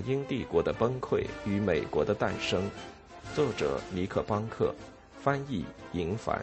英帝国的崩溃与美国的诞生》，作者尼克·邦克，翻译银凡。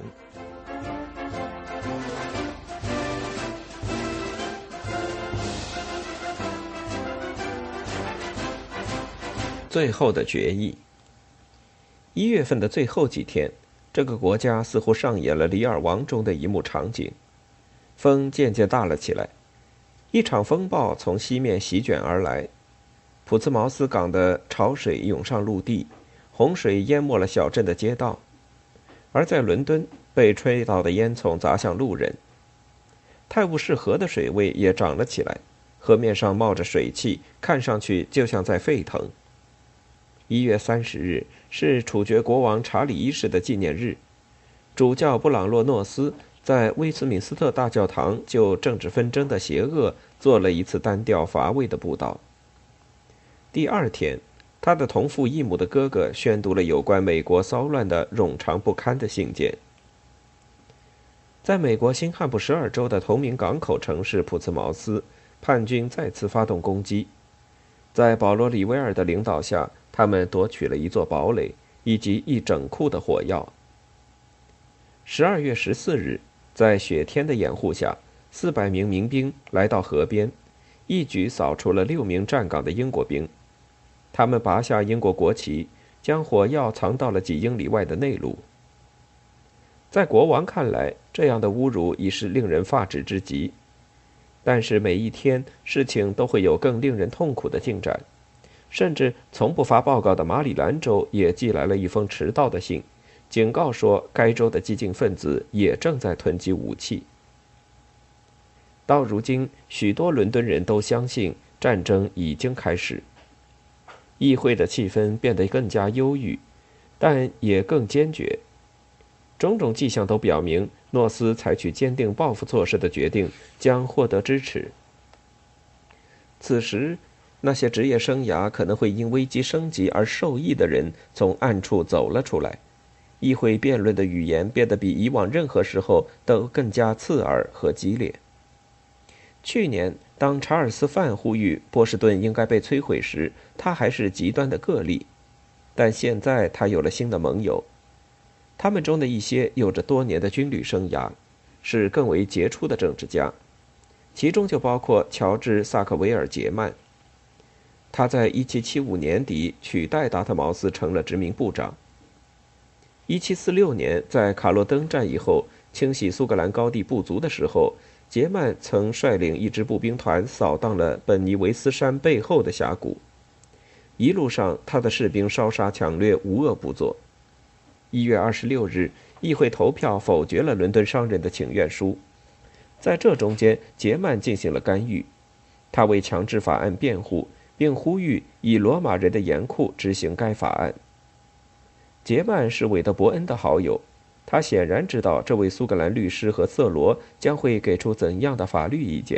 最后的决议。1月份的最后几天，这个国家似乎上演了《李尔王》中的一幕场景。风渐渐大了起来，一场风暴从西面席卷而来，普茨茅斯港的潮水涌上陆地，洪水淹没了小镇的街道，而在伦敦，被吹倒的烟囱砸向路人。泰晤士河的水位也涨了起来，河面上冒着水汽，看上去就像在沸腾。1月30日是处决国王查理一世的纪念日，主教布朗洛诺斯在威斯敏斯特大教堂就政治纷争的邪恶做了一次单调乏味的布道。第二天，他的同父异母的哥哥宣读了有关美国骚乱的冗长不堪的信件。在美国新罕布什尔州的同名港口城市普茨茅斯，叛军再次发动攻击。在保罗·里维尔的领导下，他们夺取了一座堡垒以及一整库的火药。12月14日，在雪天的掩护下，400名民兵来到河边，一举扫除了6名站岗的英国兵。他们拔下英国国旗，将火药藏到了几英里外的内陆。在国王看来，这样的侮辱已是令人发指之极。但是每一天，事情都会有更令人痛苦的进展。甚至从不发报告的马里兰州也寄来了一封迟到的信，警告说该州的激进分子也正在囤积武器。到如今，许多伦敦人都相信战争已经开始。议会的气氛变得更加忧郁，但也更坚决。种种迹象都表明，诺斯采取坚定报复措施的决定将获得支持。此时，那些职业生涯可能会因危机升级而受益的人从暗处走了出来，议会辩论的语言变得比以往任何时候都更加刺耳和激烈。去年，当查尔斯·范呼吁波士顿应该被摧毁时，他还是极端的个例，但现在他有了新的盟友。他们中的一些有着多年的军旅生涯，是更为杰出的政治家，其中就包括乔治·萨克维尔·杰曼。他在1775年底取代达特茅斯成了殖民部长。1746年，在卡洛登战役后清洗苏格兰高地部族的时候，杰曼曾率领一支步兵团扫荡了本尼维斯山背后的峡谷。一路上，他的士兵烧杀抢掠，无恶不作。1月26日，议会投票否决了伦敦商人的请愿书。在这中间，杰曼进行了干预，他为强制法案辩护，并呼吁以罗马人的严酷执行该法案。杰曼是韦德伯恩的好友，他显然知道这位苏格兰律师和瑟罗将会给出怎样的法律意见。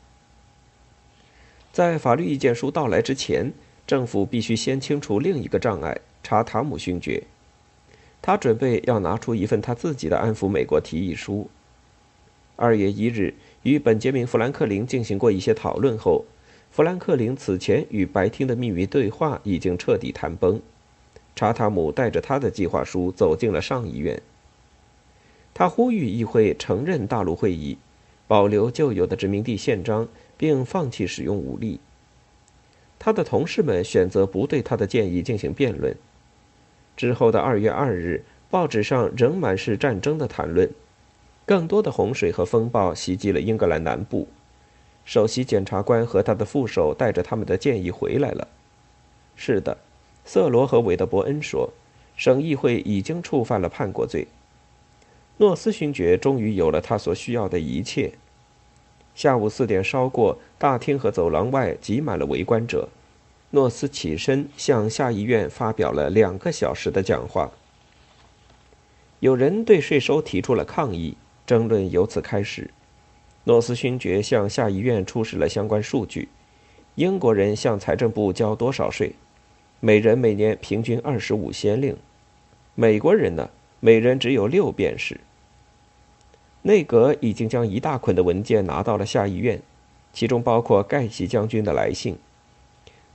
在法律意见书到来之前，政府必须先清除另一个障碍——查塔姆勋爵。他准备要拿出一份他自己的安抚美国提议书。2月1日，与本杰明·富兰克林进行过一些讨论后，富兰克林此前与白厅的秘密对话已经彻底谈崩。查塔姆带着他的计划书走进了上议院。他呼吁议会承认大陆会议，保留旧有的殖民地宪章，并放弃使用武力。他的同事们选择不对他的建议进行辩论。之后的2月2日，报纸上仍满是战争的谈论。更多的洪水和风暴袭击了英格兰南部。首席检察官和他的副手带着他们的建议回来了。是的，瑟罗和韦德伯恩说，省议会已经触犯了叛国罪。诺斯勋爵终于有了他所需要的一切。下午4点稍过，大厅和走廊外挤满了围观者。诺斯起身向下议院发表了2个小时的讲话。有人对税收提出了抗议，争论由此开始。诺斯勋爵向下议院出示了相关数据：英国人向财政部交多少税？每人每年平均25先令。美国人呢，每人只有6便士。内阁已经将一大捆的文件拿到了下议院，其中包括盖奇将军的来信。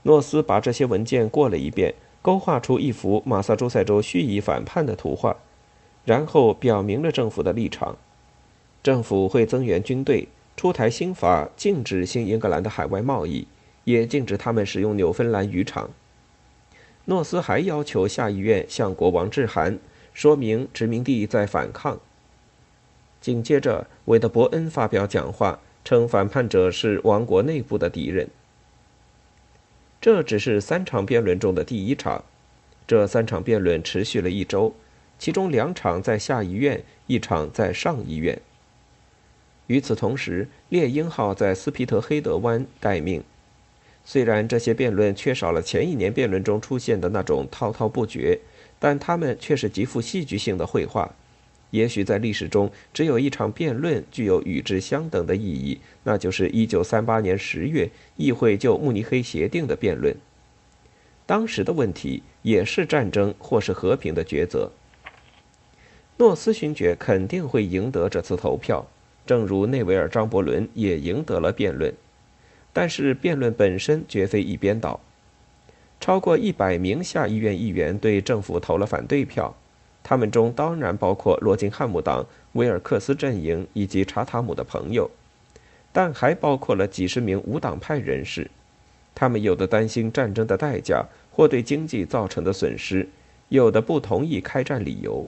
诺斯把这些文件过了一遍，勾画出一幅马萨诸塞州蓄意反叛的图画，然后表明了政府的立场：政府会增援军队，出台新法，禁止新英格兰的海外贸易，也禁止他们使用纽芬兰渔场。诺斯还要求下议院向国王致函，说明殖民地在反抗。紧接着，韦德伯恩发表讲话，称反叛者是王国内部的敌人。这只是3场辩论中的第1场，这3场辩论持续了1周，其中2场在下议院，1场在上议院。与此同时，猎鹰号在斯皮特黑德湾待命。虽然这些辩论缺少了前一年辩论中出现的那种滔滔不绝，但它们却是极富戏剧性的绘画。也许在历史中，只有一场辩论具有与之相等的意义，那就是1938年10月议会就慕尼黑协定的辩论。当时的问题也是战争或是和平的抉择。诺斯勋爵肯定会赢得这次投票，正如内维尔·张伯伦也赢得了辩论。但是辩论本身绝非一边倒，超过100名下议院议员对政府投了反对票，他们中当然包括罗金汉姆党、威尔克斯阵营以及查塔姆的朋友，但还包括了几十名无党派人士，他们有的担心战争的代价或对经济造成的损失，有的不同意开战理由。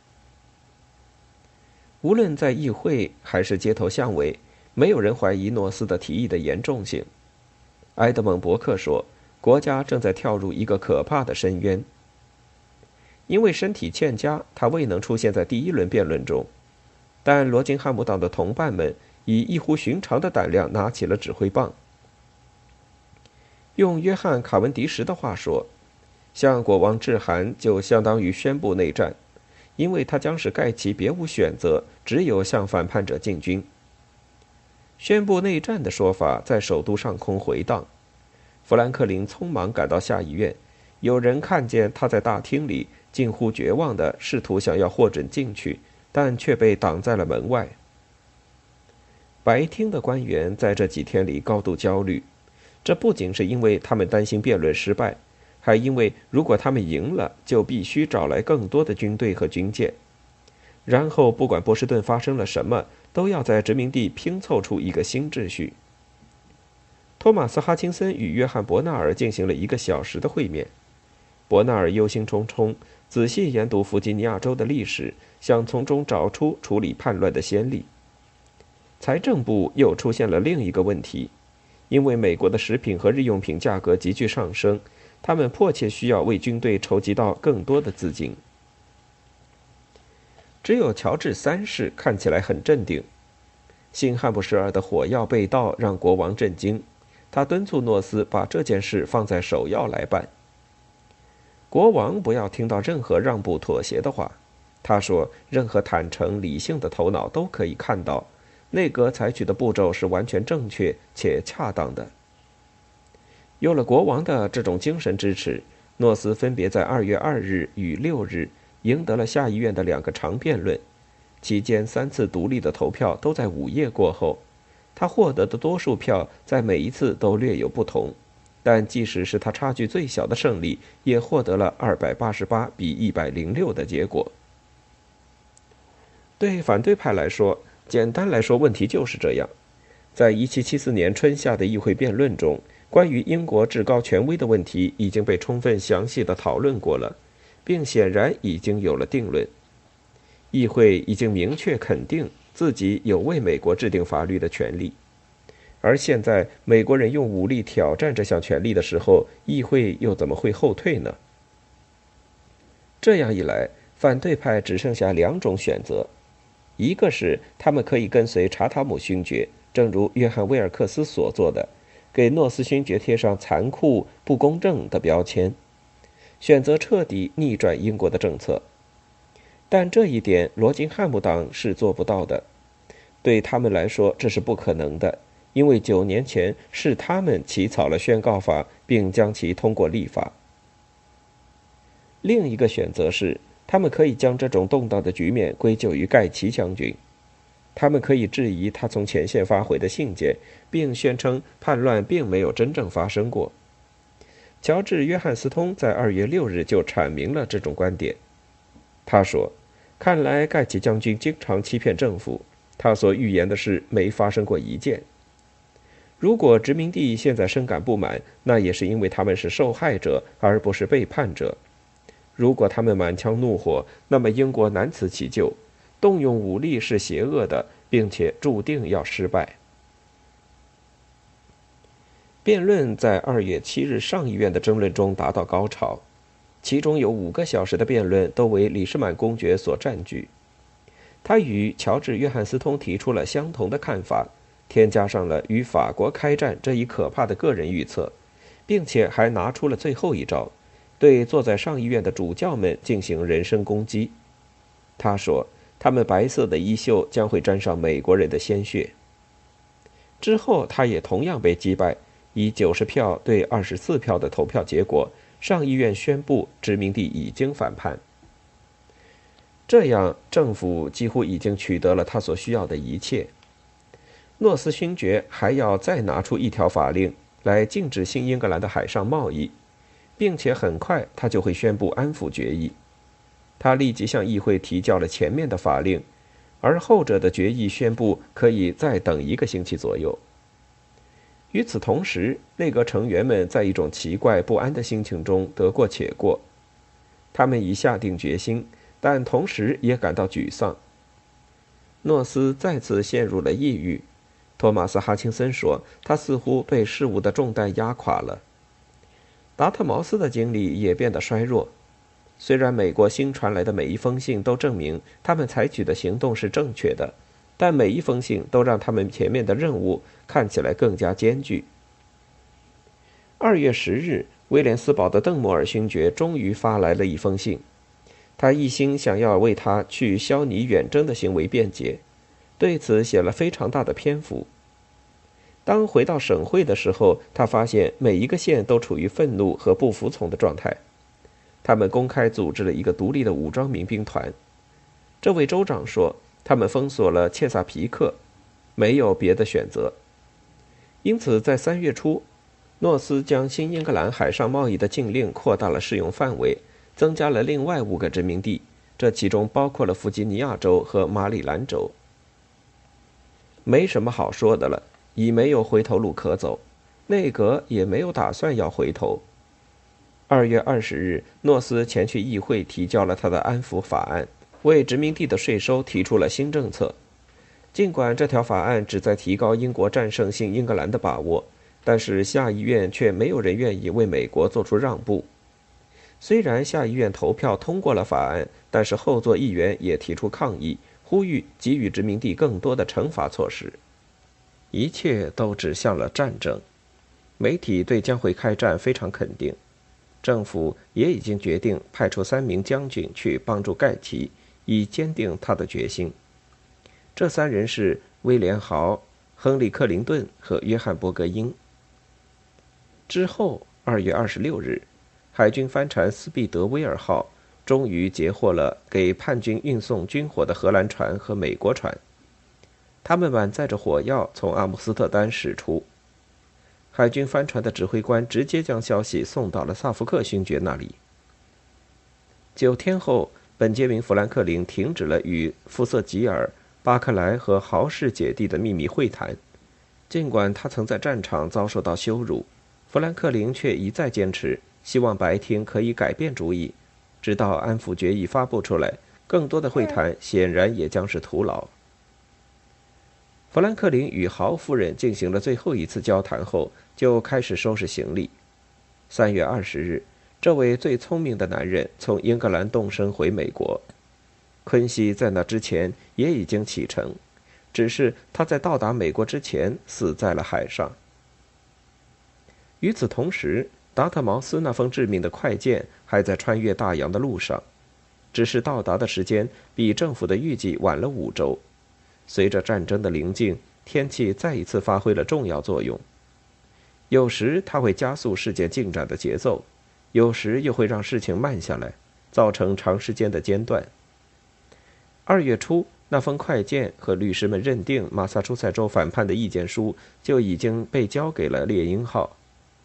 无论在议会还是街头巷尾，没有人怀疑诺斯的提议的严重性。埃德蒙·伯克说，国家正在跳入一个可怕的深渊。因为身体欠佳，他未能出现在第1轮辩论中，但罗金汉姆党的同伴们以异乎寻常的胆量拿起了指挥棒。用约翰·卡文迪什的话说，向国王致函就相当于宣布内战，因为他将使盖奇别无选择，只有向反叛者进军。宣布内战的说法在首都上空回荡。富兰克林匆忙赶到下议院，有人看见他在大厅里近乎绝望地试图想要获准进去，但却被挡在了门外。白厅的官员在这几天里高度焦虑，这不仅是因为他们担心辩论失败，还因为如果他们赢了，就必须找来更多的军队和军舰，然后不管波士顿发生了什么，都要在殖民地拼凑出一个新秩序。托马斯·哈钦森与约翰·伯纳尔进行了1个小时的会面。伯纳尔忧心忡忡，仔细研读弗吉尼亚州的历史，想从中找出处理叛乱的先例。财政部又出现了另一个问题，因为美国的食品和日用品价格急剧上升，他们迫切需要为军队筹集到更多的资金。只有乔治3世看起来很镇定。新汉布什尔的火药被盗让国王震惊，他敦促诺斯把这件事放在首要来办。国王不要听到任何让步妥协的话，他说任何坦诚理性的头脑都可以看到，内阁采取的步骤是完全正确且恰当的。有了国王的这种精神支持，诺斯分别在2月2日与6日赢得了下议院的2个长辩论，期间3次独立的投票都在午夜过后。他获得的多数票在每一次都略有不同，但即使是他差距最小的胜利，也获得了288比106的结果。对反对派来说，简单来说，问题就是这样。在1774年春夏的议会辩论中，关于英国至高权威的问题已经被充分详细的讨论过了，并显然已经有了定论。议会已经明确肯定自己有为美国制定法律的权利，而现在美国人用武力挑战这项权利的时候，议会又怎么会后退呢？这样一来，反对派只剩下2种选择，一个是他们可以跟随查塔姆勋爵，正如约翰·威尔克斯所做的，给诺斯勋爵贴上残酷、不公正的标签，选择彻底逆转英国的政策。但这一点罗金汉姆党是做不到的，对他们来说这是不可能的，因为9年前是他们起草了宣告法，并将其通过立法。另一个选择是，他们可以将这种动荡的局面归咎于盖奇将军，他们可以质疑他从前线发回的信件，并宣称叛乱并没有真正发生过。 乔治·约翰斯通在2月6日就阐明了这种观点。他说：“看来盖奇将军经常欺骗政府，他所预言的事没发生过一件。如果殖民地现在深感不满，那也是因为他们是受害者，而不是背叛者。如果他们满腔怒火，那么英国难辞其咎。动用武力是邪恶的，并且注定要失败。”辩论在2月7日上议院的争论中达到高潮，其中有5个小时的辩论都为李士满公爵所占据。他与乔治·约翰斯通提出了相同的看法，添加上了与法国开战这一可怕的个人预测，并且还拿出了最后一招，对坐在上议院的主教们进行人身攻击。他说，他们白色的衣袖将会沾上美国人的鲜血。之后，他也同样被击败。以90票对24票的投票结果，上议院宣布殖民地已经反叛。这样，政府几乎已经取得了他所需要的一切。诺斯勋爵还要再拿出一条法令来禁止新英格兰的海上贸易，并且很快他就会宣布安抚决议。他立即向议会提交了前面的法令，而后者的决议宣布可以再等1个星期左右。与此同时，内阁成员们在一种奇怪不安的心情中得过且过。他们已下定决心，但同时也感到沮丧。诺斯再次陷入了抑郁。托马斯·哈钦森说，他似乎被事务的重担压垮了。达特茅斯的精力也变得衰弱。虽然美国新传来的每一封信都证明他们采取的行动是正确的，但每一封信都让他们前面的任务看起来更加艰巨。2月10日，威廉斯堡的邓莫尔勋爵终于发来了一封信，他一心想要为他去消弭远征的行为辩解，对此写了非常大的篇幅。当回到省会的时候，他发现每一个县都处于愤怒和不服从的状态。他们公开组织了一个独立的武装民兵团。这位州长说，他们封锁了切萨皮克，没有别的选择。因此，在3月初，诺斯将新英格兰海上贸易的禁令扩大了适用范围，增加了另外5个殖民地，这其中包括了弗吉尼亚州和马里兰州。没什么好说的了，已没有回头路可走，内阁也没有打算要回头。2月20日，诺斯前去议会提交了他的安抚法案，为殖民地的税收提出了新政策。尽管这条法案旨在提高英国战胜新英格兰的把握，但是下议院却没有人愿意为美国做出让步。虽然下议院投票通过了法案，但是后座议员也提出抗议，呼吁给予殖民地更多的惩罚措施。一切都指向了战争。媒体对将会开战非常肯定。政府也已经决定派出3名将军去帮助盖奇，以坚定他的决心。这3人是威廉·豪、亨利·克林顿和约翰·伯格因。之后，2月26日，海军帆船斯必德威尔号终于截获了给叛军运送军火的荷兰船和美国船，他们满载着火药从阿姆斯特丹驶出。海军帆船的指挥官直接将消息送到了萨福克勋爵那里。9天后，本杰明·富兰克林停止了与福瑟吉尔、巴克莱和豪氏姐弟的秘密会谈。尽管他曾在战场遭受到羞辱，富兰克林却一再坚持，希望白厅可以改变主意。直到安抚决议发布出来，更多的会谈显然也将是徒劳。富兰克林与豪夫人进行了最后一次交谈后，就开始收拾行李。3月20日，这位最聪明的男人从英格兰动身回美国。昆西在那之前也已经启程，只是他在到达美国之前死在了海上。与此同时，达特茅斯那封致命的快件还在穿越大洋的路上，只是到达的时间比政府的预计晚了5周。随着战争的临近，天气再一次发挥了重要作用。有时它会加速事件进展的节奏，有时又会让事情慢下来，造成长时间的间断。2月初，那封快件和律师们认定马萨诸塞州反叛的意见书就已经被交给了猎鹰号。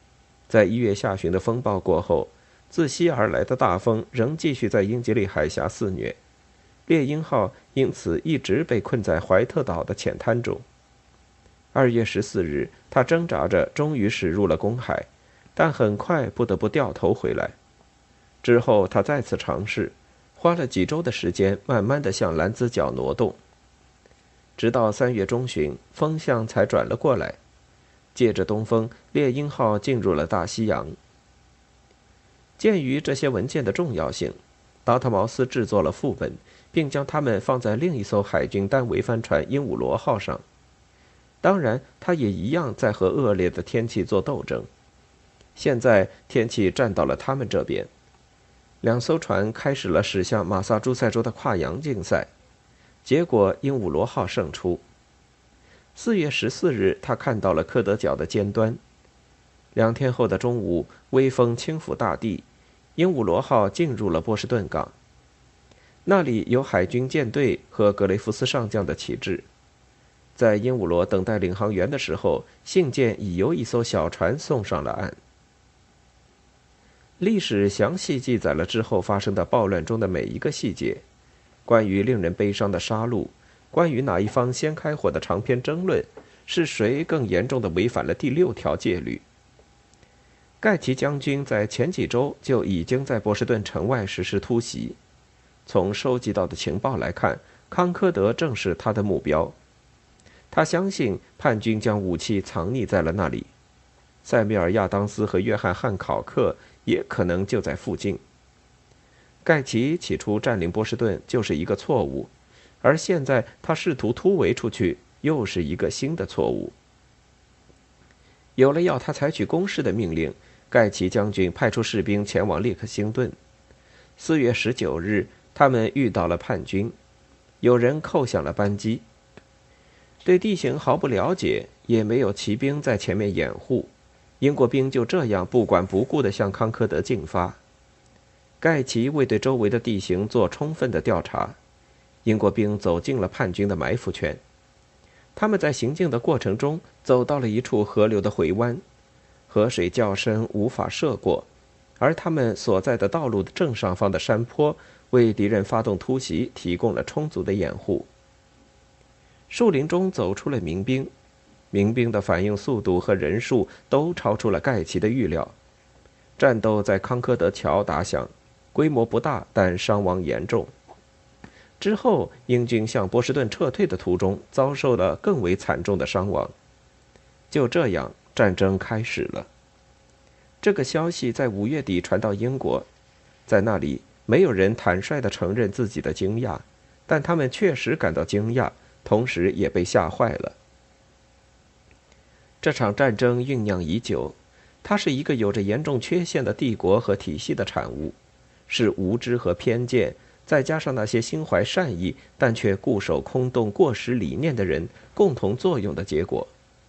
在1月下旬的风暴过后，自西而来的大风仍继续在英吉利海峡肆虐，猎鹰号因此一直被困在怀特岛的浅滩中。2月14日，他挣扎着终于驶入了公海，但很快不得不掉头回来。之后他再次尝试，花了几周的时间，慢慢地向兰兹角挪动，直到3月中旬，风向才转了过来。借着东风，猎鹰号进入了大西洋。鉴于这些文件的重要性，达特茅斯制作了副本，并将它们放在另一艘海军单桅帆船鹦鹉螺号上。当然，他也一样在和恶劣的天气做斗争。现在天气站到了他们这边，2艘船开始了驶向马萨诸塞州的跨洋竞赛，结果鹦鹉螺号胜出。4月14日，他看到了科德角的尖端。2天后的中午，微风轻抚大地，鹦鹉螺号进入了波士顿港，那里有海军舰队和格雷夫斯上将的旗帜。在鹦鹉螺等待领航员的时候，信件已由一艘小船送上了岸。历史详细记载了之后发生的暴乱中的每一个细节，关于令人悲伤的杀戮，关于哪一方先开火的长篇争论，是谁更严重地违反了第6条戒律。盖奇将军在前几周就已经在波士顿城外实施突袭，从收集到的情报来看，康科德正是他的目标。他相信叛军将武器藏匿在了那里，塞缪尔·亚当斯和约翰·汉考克也可能就在附近。盖奇起初占领波士顿就是一个错误，而现在他试图突围出去，又是一个新的错误。有了要他采取攻势的命令，盖奇将军派出士兵前往列克星顿。4月19日，他们遇到了叛军，有人扣响了扳机。对地形毫不了解，也没有骑兵在前面掩护，英国兵就这样不管不顾地向康科德进发。盖奇未对周围的地形做充分的调查，英国兵走进了叛军的埋伏圈。他们在行进的过程中走到了一处河流的回弯，河水较深，无法涉过，而他们所在的道路的正上方的山坡为敌人发动突袭提供了充足的掩护。树林中走出了民兵，民兵的反应速度和人数都超出了盖奇的预料。战斗在康科德桥打响，规模不大，但伤亡严重。之后，英军向波士顿撤退的途中遭受了更为惨重的伤亡。就这样，战争开始了。这个消息在5月底传到英国，在那里，没有人坦率地承认自己的惊讶，但他们确实感到惊讶，同时也被吓坏了。这场战争酝酿已久，它是一个有着严重缺陷的帝国和体系的产物，是无知和偏见，再加上那些心怀善意但却固守空洞过时理念的人共同作用的结果。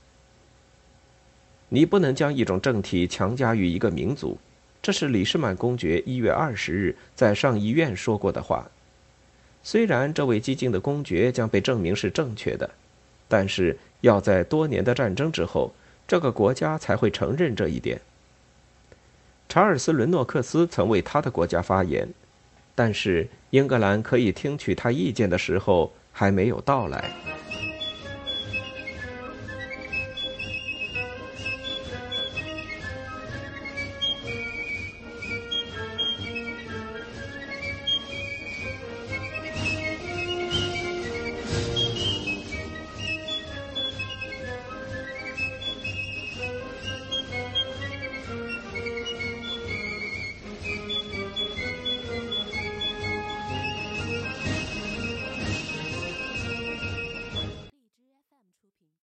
你不能将一种政体强加于一个民族，这是李士满公爵1月20日在上议院说过的话。虽然这位激进的公爵将被证明是正确的，但是要在多年的战争之后，这个国家才会承认这一点。查尔斯·伦诺克斯曾为他的国家发言，但是英格兰可以听取他意见的时候还没有到来。